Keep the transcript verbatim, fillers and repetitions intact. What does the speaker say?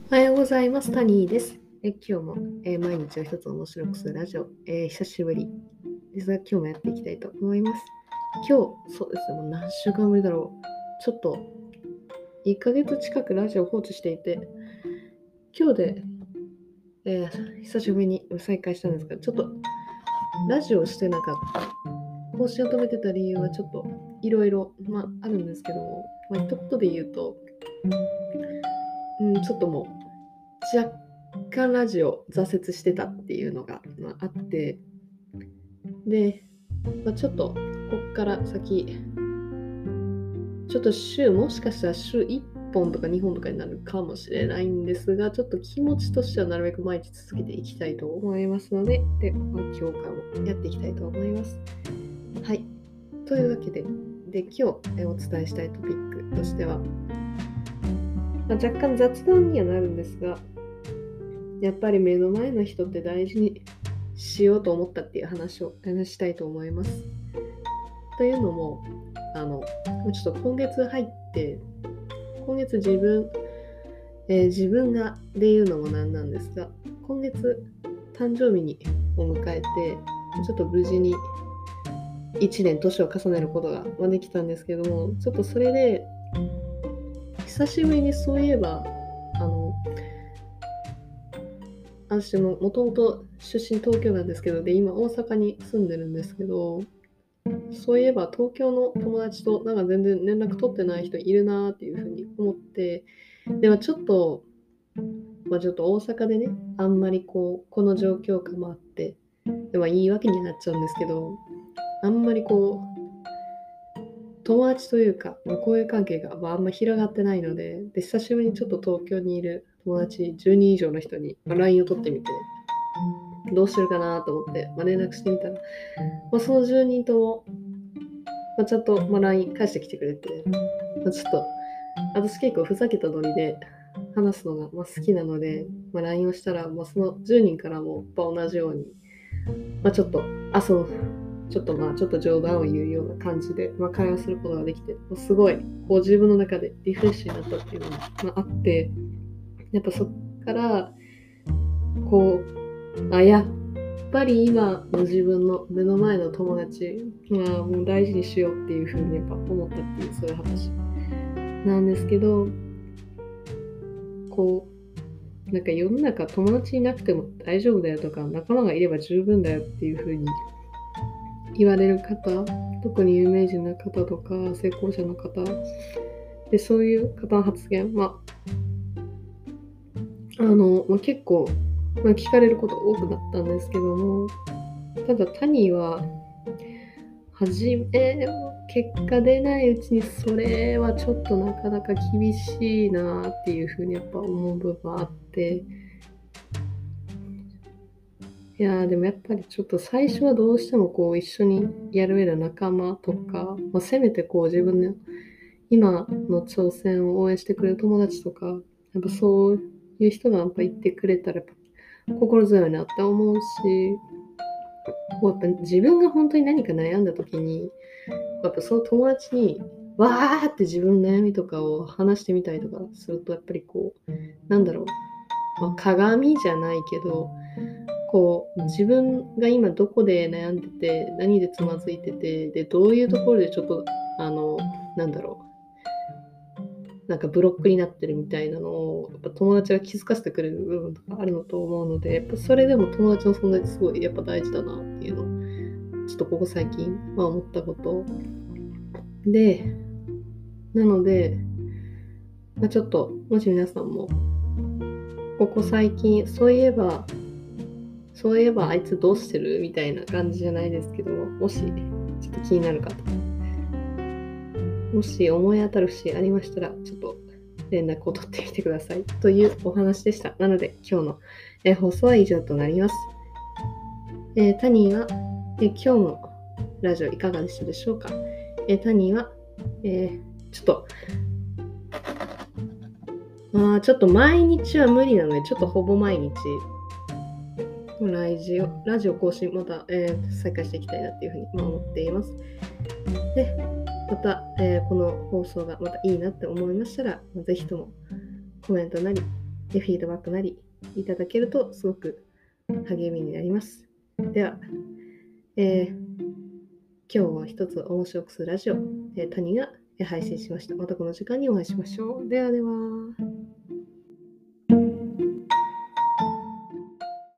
おはようございます。タニーです。え今日も、えー毎日を一つ面白くするラジオ、えー久しぶりですが、今日もやっていきたいと思います。今日、そうですね、もう何週間ぶりだろう。ちょっと、いっかげつ近くラジオを放置していて、今日で、えー久しぶりに再開したんですが、ちょっと、ラジオをしてなかった。更新を止めてた理由はちょっと、いろいろ、まあ、あるんですけども、まあ、一言で言うと、うん、ちょっともう、若干ラジオ挫折してたっていうのが、まあ、あって、で、まあ、ちょっとこっから先ちょっと週もしかしたら週いっぽんとかにほんとかになるかもしれないんですが、ちょっと気持ちとしてはなるべく毎日続けていきたいと思いますので、で、まあ、今日からもやっていきたいと思います。はい。というわけで、で今日お伝えしたいトピックとしては、まあ、若干雑談にはなるんですが、やっぱり目の前の人って大事にしようと思ったっていう話を話したいと思います。というのも、あのちょっと今月入って今月自分、えー、自分がで言うのもなんなんですが、今月誕生日にを迎えて、ちょっと無事にいちねん年を重ねることができたんですけども、ちょっとそれで久しぶりにそういえば、あの私ももともと出身東京なんですけど、で今大阪に住んでるんですけど、そういえば東京の友達となんか全然連絡取ってない人いるなっていうふうに思って、でもちょっと、まあ、ちょっと大阪でね、あんまりこうこの状況下もあって、でも言い訳になっちゃうんですけど、あんまりこう友達というか、まあ、交友関係が、まあ、あんま広がってないので、で久しぶりにちょっと東京にいる友達じゅうにん以上の人に ライン を取ってみて、どうするかなと思って、まあ、連絡してみたら、まあ、そのじゅうにんとも、まあ、ちゃんと、まあ、ライン 返してきてくれて、まあ、ちょっと私結構ふざけたノリで話すのがまあ好きなので、まあ、ライン をしたら、まあ、そのじゅうにんからもやっぱ同じように、まあ、ちょっとあそうちょっとまあちょっと冗談を言うような感じで、まあ、会話することができて、すごいこう自分の中でリフレッシュになったっていうのが、まあ、あって、やっぱそっからこうあやっぱり今の自分の目の前の友達はもう大事にしようっていうふうにやっぱ思ったっていう、そういう話なんですけど、こうなんか世の中友達いなくても大丈夫だよとか、仲間がいれば十分だよっていう風に言われる方、特に有名人の方とか成功者の方で、そういう方の発言、まあ、あの、まあ、結構、まあ、聞かれること多くなったんですけども、ただタニーは初め結果出ないうちにそれはちょっとなかなか厳しいなっていう風にやっぱ思う部分があって、いやーでもやっぱりちょっと最初はどうしてもこう一緒にやる上で仲間とか、まあ、せめてこう自分の今の挑戦を応援してくれる友達とか、やっぱそういう人がやっぱ言ってくれたらやっぱ心強いなって思うし、こうやっぱ自分が本当に何か悩んだ時に、やっぱその友達にわーって自分の悩みとかを話してみたりとかすると、やっぱりこうなんだろう、まあ、鏡じゃないけど、こう自分が今どこで悩んでて、何でつまずいてて、でどういうところでちょっとあのなんだろうなんかブロックになってるみたいなのをやっぱ友達が気づかせてくれる部分とかあるのと思うので、やっぱそれでも友達の存在ってすごいやっぱ大事だなっていうのをちょっとここ最近は思ったことで、なので、まあ、ちょっともし皆さんもここ最近そういえばそういえばあいつどうしてるみたいな感じじゃないですけど、もしちょっと気になる方、もし思い当たる節ありましたら、ちょっと連絡を取ってみてくださいというお話でした。なので今日の、えー、放送は以上となります。えー、タニーは、えー、今日のラジオいかがでしたでしょうか。えー、タニーは、えー、ちょっとまあちょっと毎日は無理なので、ちょっとほぼ毎日ラジオ、ラジオ更新また、えー、再開していきたいなっていうふうに思っています。で、また、えー、この放送がまたいいなって思いましたら、ぜひともコメントなり、 フィードバックなりいただけるとすごく励みになります。では、えー、今日は一つ面白くするラジオ、えー、谷が配信しました。またこの時間にお会いしましょう。ではでは。